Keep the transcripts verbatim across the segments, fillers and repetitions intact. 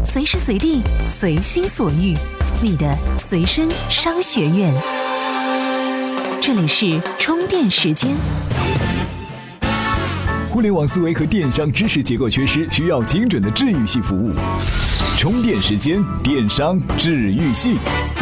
随时随地，随心所欲，你的随身商学院。这里是充电时间。 互联网思维和电商知识结构缺失，需要精准的治愈系服务。充电时间，电商治愈系。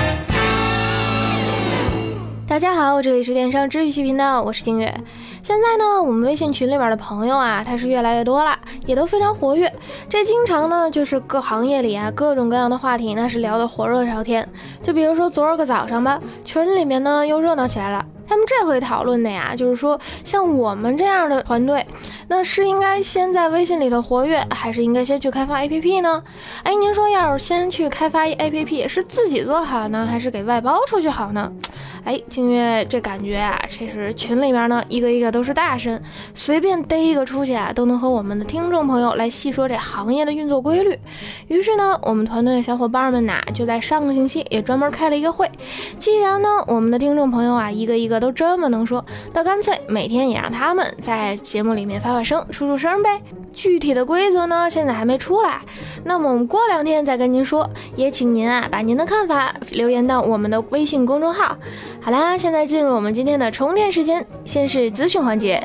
大家好，这里是电商治愈系频道，我是金月。现在呢，我们微信群里边的朋友啊，他是越来越多了，也都非常活跃。这经常呢，就是各行业里啊，各种各样的话题，那是聊得火热朝天。就比如说昨儿个早上吧，群里面呢又热闹起来了。他们这回讨论的呀，就是说像我们这样的团队，那是应该先在微信里头活跃，还是应该先去开发 A P P 呢？哎，您说要是先去开发 A P P， 是自己做好呢，还是给外包出去好呢？哎，静月这感觉啊，这是群里面呢一个一个都是大神，随便逮一个出去啊，都能和我们的听众朋友来细说这行业的运作规律。于是呢，我们团队的小伙伴们呐，就在上个星期也专门开了一个会。既然呢，我们的听众朋友啊，一个一个都这么能说，那干脆每天也让他们在节目里面发发声，出出声呗。具体的规则呢，现在还没出来，那么我们过两天再跟您说。也请您啊，把您的看法留言到我们的微信公众号。好啦，现在进入我们今天的充电时间，先是资讯环节。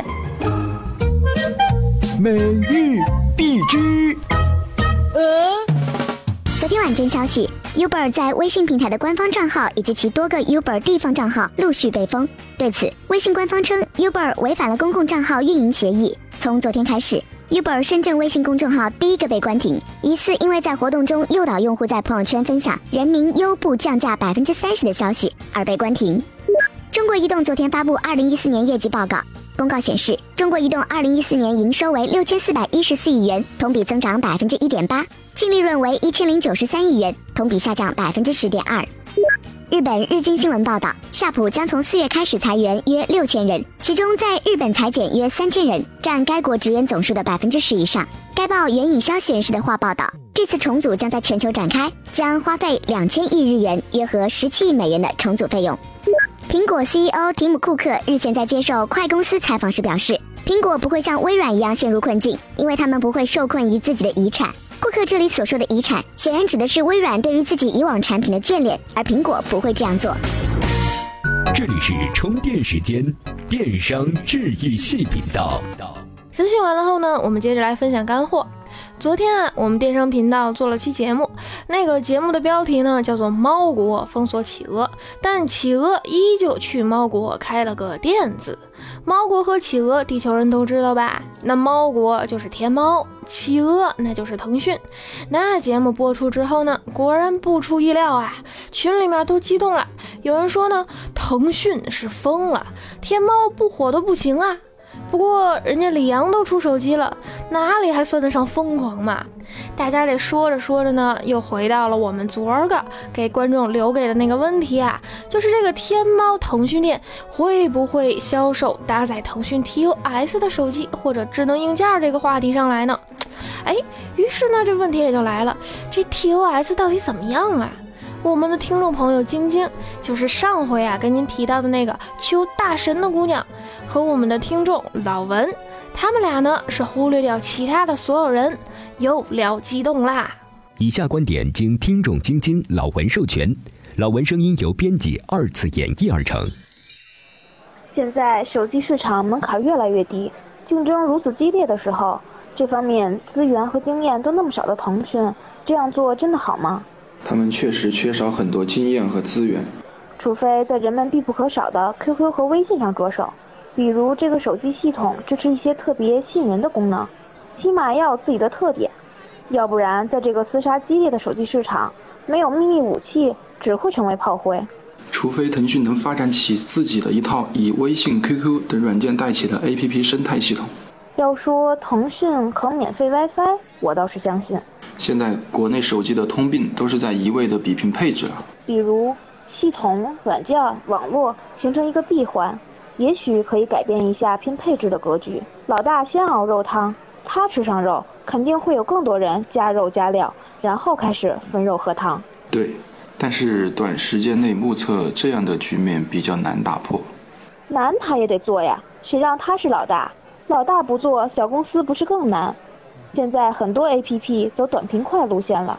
每日必知。 呃，昨天晚间消息 ，Uber 在微信平台的官方账号以及其多个 Uber 地方账号陆续被封。对此，微信官方称 Uber 违反了公共账号运营协议。从昨天开始，Uber 深圳微信公众号第一个被关停，疑似因为在活动中诱导用户在朋友圈分享人民优步降价百分之三十的消息而被关停。中国移动昨天发布二零一四年业绩报告，公告显示，中国移动二零一四年营收为六千四百一十四亿元，同比增长百分之一点八，净利润为一千零九十三亿元，同比下降百分之十点二。日本日经新闻报道，夏普将从四月开始裁员约六千人，其中在日本裁减约三千人，占该国职员总数的百分之十以上。该报援引消息人士的话报道，这次重组将在全球展开，将花费两千亿日元，约合十七亿美元的重组费用。苹果 C E O 提姆·库克日前在接受快公司采访时表示，苹果不会像微软一样陷入困境，因为他们不会受困于自己的遗产。库克这里所说的遗产，显然指的是微软对于自己以往产品的眷恋，而苹果不会这样做。 这里是充电时间，电商治愈系频道。 资讯完了后呢，我们接着来分享干货。昨天啊，我们电商频道做了期节目，那个节目的标题呢叫做猫国封锁企鹅，但企鹅依旧去猫国开了个店子。猫国和企鹅地球人都知道吧，那猫国就是天猫，企鹅那就是腾讯。那节目播出之后呢，果然不出意料啊，群里面都激动了，有人说呢，腾讯是疯了，天猫不火都不行啊。不过人家李阳都出手机了，哪里还算得上疯狂嘛？大家这说着说着呢，又回到了我们昨儿个给观众留给的那个问题啊，就是这个天猫腾讯店会不会销售搭载腾讯 T O S 的手机或者智能硬件这个话题上来呢？哎，于是呢这问题也就来了，这 T O S 到底怎么样啊？我们的听众朋友晶晶，就是上回啊跟您提到的那个求大神的姑娘，和我们的听众老文，他们俩呢是忽略掉其他的所有人，又聊激动啦。 以下观点经听众晶晶、老文授权，老文声音由编辑二次演绎而成。 现在手机市场门槛越来越低，竞争如此激烈的时候，这方面资源和经验都那么少的腾讯，这样做真的好吗？ 他们确实缺少很多经验和资源， 除非在人们必不可少的 Q Q 和微信上着手，比如这个手机系统支持一些特别吸引人的功能，起码要有自己的特点，要不然在这个厮杀激烈的手机市场，没有秘密武器只会成为炮灰。 除非腾讯能发展起自己的一套以微信、Q Q 等软件带起的 A P P 生态系统。 要说腾讯可免费 WiFi， 我倒是相信。 现在国内手机的通病都是在一味的比拼配置了， 比如系统、软件、网络形成一个闭环，也许可以改变一下拼配置的格局。老大先熬肉汤，他吃上肉，肯定会有更多人加肉加料，然后开始分肉喝汤。 对，但是短时间内目测这样的局面比较难打破。 难他也得做呀，谁让他是老大？老大不做，小公司不是更难？现在很多 A P P 走短平快路线了，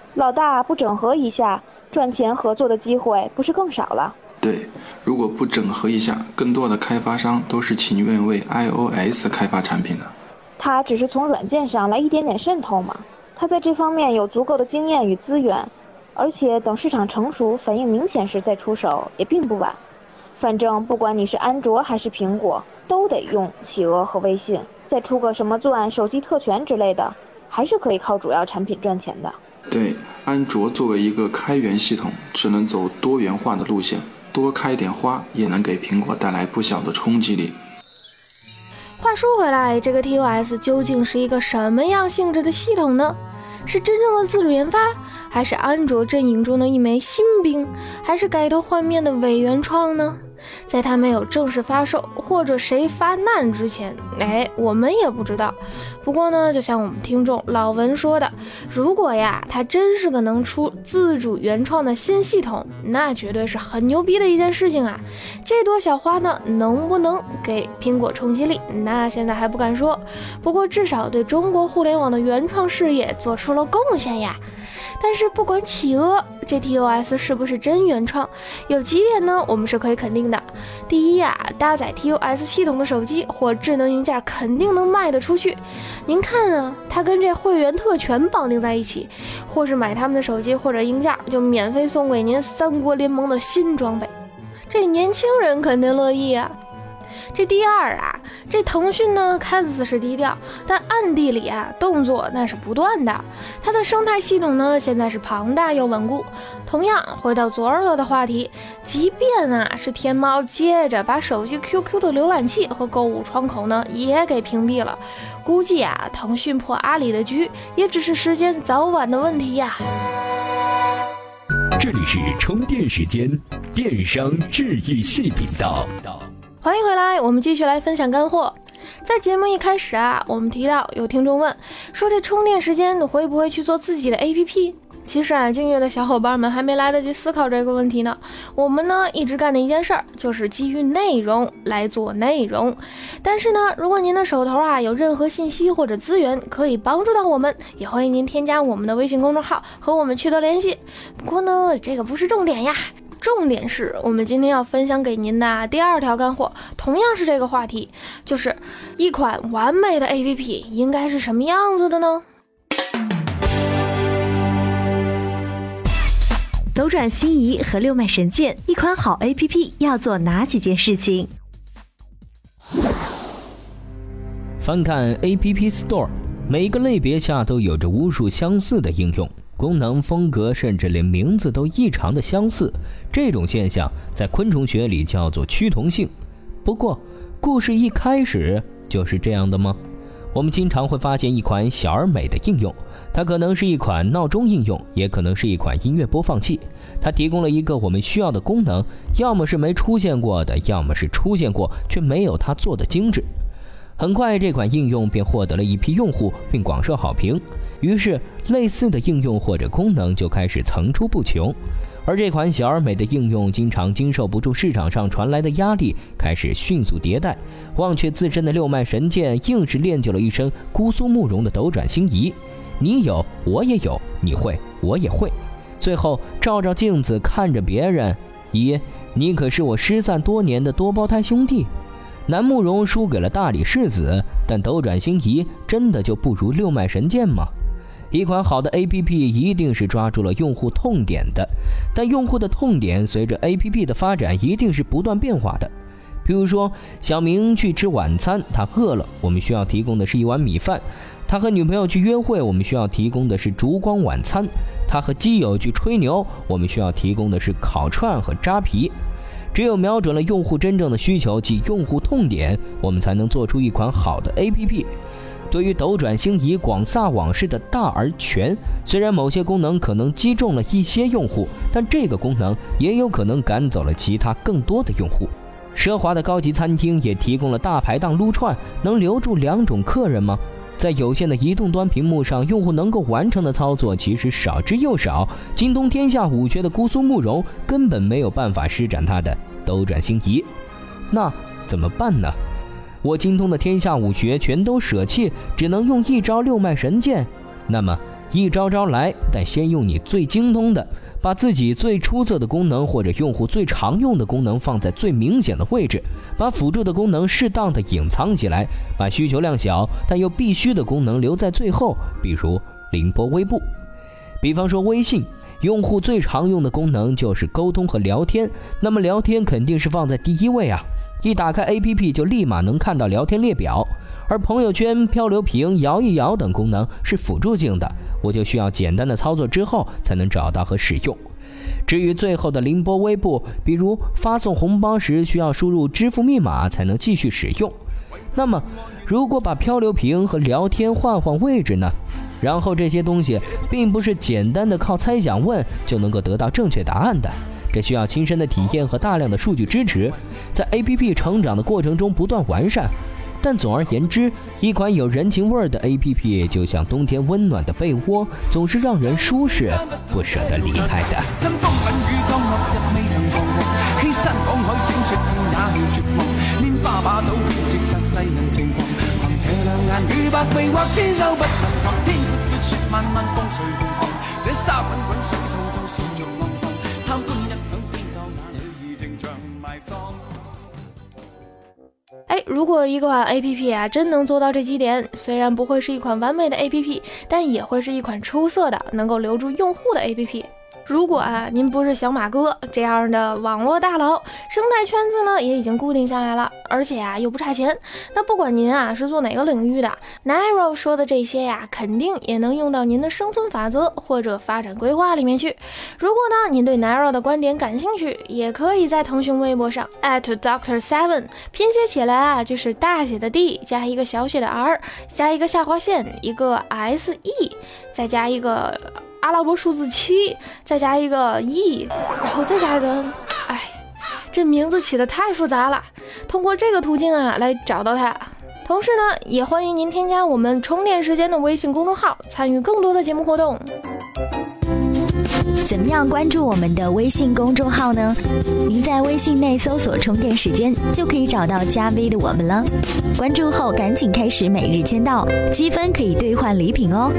老大不整合一下，赚钱合作的机会不是更少了？ 对，如果不整合一下，更多的开发商都是情愿为 iOS 开发产品的。 他只是从软件上来一点点渗透嘛，他在这方面有足够的经验与资源，而且等市场成熟反应明显时再出手也并不晚。反正不管你是安卓还是苹果，都得用企鹅和微信，再出个什么钻、手机特权之类的，还是可以靠主要产品赚钱的。 对，安卓作为一个开源系统，只能走多元化的路线，多开点花也能给苹果带来不小的冲击力。 话说回来，这个 T O S 究竟是一个什么样性质的系统呢？是真正的自主研发，还是安卓阵营中的一枚新兵，还是改头换面的伪原创呢？在它没有正式发售或者谁发难之前，哎，我们也不知道。不过呢，就像我们听众老文说的，如果呀它真是个能出自主原创的新系统，那绝对是很牛逼的一件事情啊。这朵小花呢，能不能给苹果冲击力，那现在还不敢说，不过至少对中国互联网的原创事业做出了贡献呀。但是不管企鹅这 T O S 是不是真原创，有几点呢我们是可以肯定的。第一呀、啊，搭载 T O S 系统的手机或智能硬件肯定能卖得出去。您看啊，它跟这会员特权绑定在一起，或是买他们的手机或者硬件，就免费送给您三国联盟的新装备，这年轻人肯定乐意啊。这第二啊，这腾讯呢看似是低调，但暗地里啊动作那是不断的。它的生态系统呢现在是庞大又稳固。同样回到昨儿的话题，即便啊是天猫接着把手机 Q Q 的浏览器和购物窗口呢也给屏蔽了，估计啊腾讯破阿里的局也只是时间早晚的问题呀。 这里是充电时间，电商治愈系频道。 欢迎回来，我们继续来分享干货。在节目一开始啊，我们提到有听众问说，这充电时间会不会去做自己的 A P P？ 其实啊，静月的小伙伴们还没来得及思考这个问题呢。我们呢一直干的一件事儿就是基于内容来做内容。但是呢，如果您的手头啊有任何信息或者资源可以帮助到我们，也欢迎您添加我们的微信公众号和我们取得联系。不过呢，这个不是重点呀。重点是我们今天要分享给您的第二条干货，同样是这个话题，就是一款完美的 A P P 应该是什么样子的呢？ 斗转星移和六脉神剑，一款好 A P P 要做哪几件事情？ 翻看 A P P Store， 每个类别下都有着无数相似的应用，功能、风格，甚至连名字都异常的相似。这种现象在昆虫学里叫做趋同性。不过，故事一开始就是这样的吗？我们经常会发现一款小而美的应用，它可能是一款闹钟应用，也可能是一款音乐播放器。它提供了一个我们需要的功能，要么是没出现过的，要么是出现过却没有它做的精致。很快，这款应用便获得了一批用户，并广受好评。于是，类似的应用或者功能就开始层出不穷。而这款小而美的应用经常经受不住市场上传来的压力，开始迅速迭代。忘却自身的六脉神剑，硬是练就了一身姑苏慕容的斗转星移。你有，我也有；你会，我也会。最后照照镜子，看着别人，咦，你可是我失散多年的多胞胎兄弟。南慕容输给了大理世子，但斗转星移真的就不如六脉神剑吗？一款好的 A P P 一定是抓住了用户痛点的，但用户的痛点随着 A P P 的发展一定是不断变化的。比如说，小明去吃晚餐，他饿了，我们需要提供的是一碗米饭；他和女朋友去约会，我们需要提供的是烛光晚餐；他和基友去吹牛，我们需要提供的是烤串和扎皮。只有瞄准了用户真正的需求及用户痛点，我们才能做出一款好的 A P P。对于斗转星移广撒网式的大而全，虽然某些功能可能击中了一些用户，但这个功能也有可能赶走了其他更多的用户。奢华的高级餐厅也提供了大排档撸串，能留住两种客人吗？在有限的移动端屏幕上，用户能够完成的操作其实少之又少。精通天下武学的姑苏慕容根本没有办法施展他的斗转星移，那怎么办呢？我精通的天下武学全都舍弃，只能用一招六脉神剑，那么一招招来，但先用你最精通的，把自己最出色的功能或者用户最常用的功能放在最明显的位置，把辅助的功能适当的隐藏起来，把需求量小但又必须的功能留在最后，比如凌波微步。比方说微信，用户最常用的功能就是沟通和聊天，那么聊天肯定是放在第一位啊，一打开 A P P 就立马能看到聊天列表，而朋友圈、漂流瓶、摇一摇等功能是辅助性的，我就需要简单的操作之后才能找到和使用。至于最后的凌波微步，比如发送红包时需要输入支付密码才能继续使用，那么如果把漂流瓶和聊天换换位置呢？然后这些东西并不是简单的靠猜想问就能够得到正确答案的，这需要亲身的体验和大量的数据支持，在 A P P 成长的过程中不断完善。但总而言之，一款有人情味的 A P P 就像冬天温暖的被窝，总是让人舒适，不舍得离开的。 哎，如果一款 A P P 啊真能做到这几点，虽然不会是一款完美的 A P P， 但也会是一款出色的能够留住用户的 A P P。如果啊您不是小马哥这样的网络大佬，生态圈子呢也已经固定下来了，而且啊又不差钱，那不管您啊是做哪个领域的 Nairo 说的这些呀，肯定也能用到您的生存法则或者发展规划里面去。如果呢您对 Nairo 的观点感兴趣，也可以在腾讯微博上 at Doctor Seven， 拼写起来啊就是大写的 D 加一个小写的 R 加一个下划线一个 S E 再加一个阿拉伯数字七，再加一个 E， 然后再加一个，哎，这名字起得太复杂了。通过这个途径啊来找到它。同时呢，也欢迎您添加我们充电时间的微信公众号，参与更多的节目活动。 怎么样关注我们的微信公众号呢？您在微信内搜索充电时间，就可以找到加 V 的我们了。关注后赶紧开始每日签到，积分可以兑换礼品哦。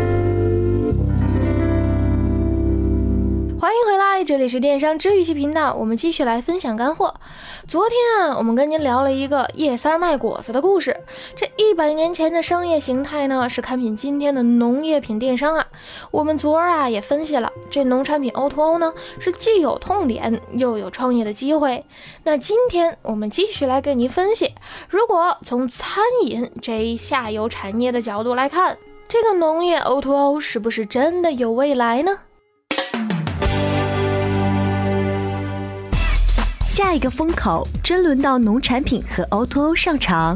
欢迎回来，这里是电商治愈系频道，我们继续来分享干货。昨天啊，我们跟您聊了一个叶三卖果子的故事。这一百年前的商业形态呢，是看品今天的农业品电商啊。我们昨儿啊也分析了，这农产品 O to O 呢，是既有痛点又有创业的机会。那今天我们继续来给您分析，如果从餐饮这一下游产业的角度来看，这个农业 O to O 是不是真的有未来呢？ 下一个风口真轮到农产品和 O to O 上场。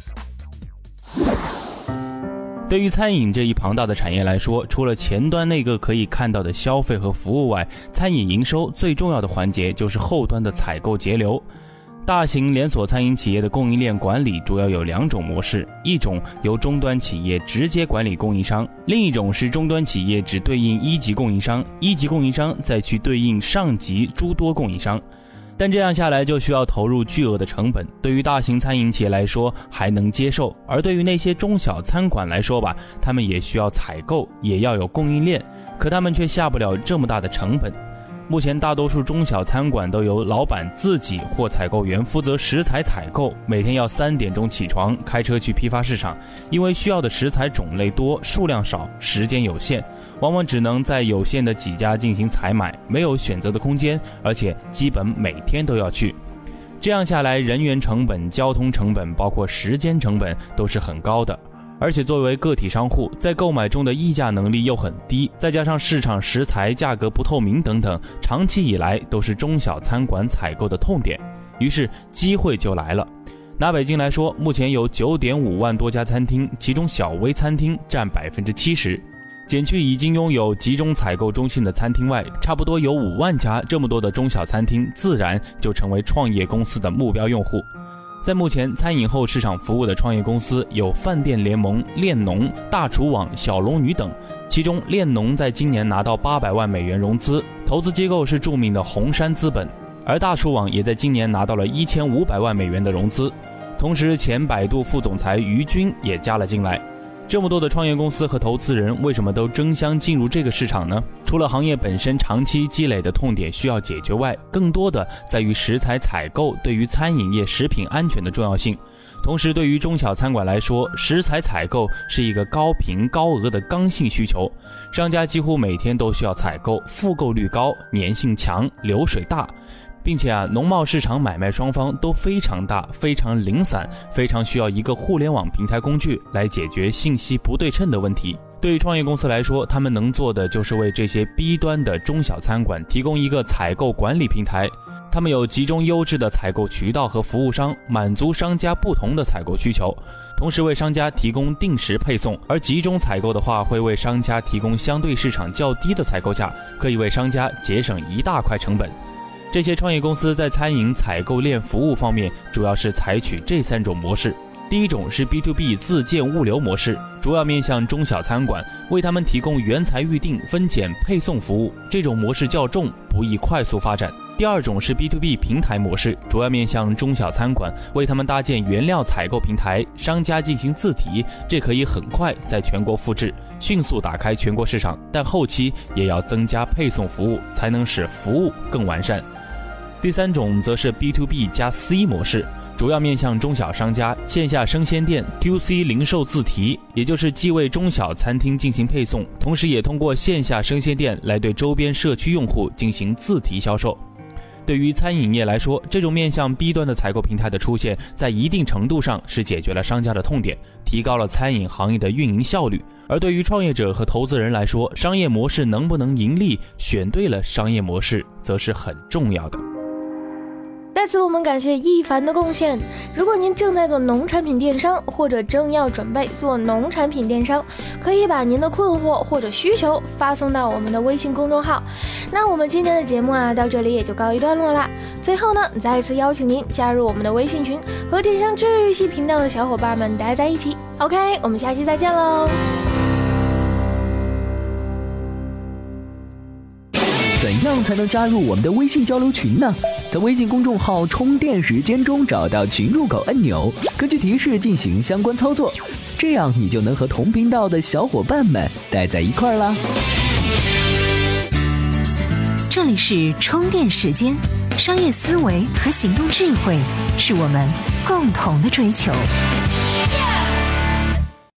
对于餐饮这一庞大的产业来说，除了前端那个可以看到的消费和服务外，餐饮营收最重要的环节就是后端的采购节流。大型连锁餐饮企业的供应链管理主要有两种模式，一种由终端企业直接管理供应商，另一种是终端企业只对应一级供应商，一级供应商再去对应上级诸多供应商。但这样下来就需要投入巨额的成本，对于大型餐饮企业来说还能接受，而对于那些中小餐馆来说吧，他们也需要采购，也要有供应链，可他们却下不了这么大的成本。目前大多数中小餐馆都由老板自己或采购员负责食材采购，每天要三点钟起床，开车去批发市场，因为需要的食材种类多，数量少，时间有限，往往只能在有限的几家进行采买，没有选择的空间，而且基本每天都要去。这样下来，人员成本、交通成本，包括时间成本都是很高的。而且作为个体商户，在购买中的议价能力又很低，再加上市场食材价格不透明等等，长期以来都是中小餐馆采购的痛点。于是机会就来了。拿北京来说，目前有 九点五万多家餐厅，其中小微餐厅占 百分之七十。减去已经拥有集中采购中心的餐厅外，差不多有五万家这么多的中小餐厅，自然就成为创业公司的目标用户。在目前餐饮后市场服务的创业公司有饭店联盟、链农、大厨网、小龙女等，其中链农在今年拿到八百万美元融资，投资机构是著名的红杉资本，而大厨网也在今年拿到了一千五百万美元的融资。同时前百度副总裁于军也加了进来。 这么多的创业公司和投资人为什么都争相进入这个市场呢？除了行业本身长期积累的痛点需要解决外，更多的在于食材采购对于餐饮业食品安全的重要性。同时，对于中小餐馆来说，食材采购是一个高频高额的刚性需求，商家几乎每天都需要采购，复购率高，粘性强，流水大，并且啊，农贸市场买卖双方都非常大，非常零散，非常需要一个互联网平台工具来解决信息不对称的问题。对于创业公司来说，他们能做的就是为这些 B 端的中小餐馆提供一个采购管理平台。他们有集中优质的采购渠道和服务商，满足商家不同的采购需求，同时为商家提供定时配送。而集中采购的话，会为商家提供相对市场较低的采购价，可以为商家节省一大块成本。这些创业公司在餐饮采购链服务方面，主要是采取这三种模式。第一种是 B to B 自建物流模式，主要面向中小餐馆，为他们提供原材预订、分拣、配送服务，这种模式较重，不易快速发展。第二种是 B to B 平台模式，主要面向中小餐馆，为他们搭建原料采购平台，商家进行自提，这可以很快在全国复制，迅速打开全国市场，但后期也要增加配送服务，才能使服务更完善。第三种则是 B to B 加 C 模式，主要面向中小商家，线下生鲜店 T to C 零售自提，也就是既为中小餐厅进行配送，同时也通过线下生鲜店来对周边社区用户进行自提销售。对于餐饮业来说，这种面向 B 端的采购平台的出现，在一定程度上是解决了商家的痛点，提高了餐饮行业的运营效率。而对于创业者和投资人来说，商业模式能不能盈利，选对了商业模式，则是很重要的。 在此我们感谢一凡的贡献。如果您正在做农产品电商，或者正要准备做农产品电商，可以把您的困惑或者需求发送到我们的微信公众号。那我们今天的节目啊，到这里也就告一段落啦。最后呢，再次邀请您加入我们的微信群，和电商治愈系频道的小伙伴们待在一起。OK， 我们下期再见喽。 怎样才能加入我们的微信交流群呢？在微信公众号充电时间中找到群入口按钮，根据提示进行相关操作，这样你就能和同频道的小伙伴们待在一块儿啦。 这里是充电时间，商业思维和行动智慧是我们共同的追求。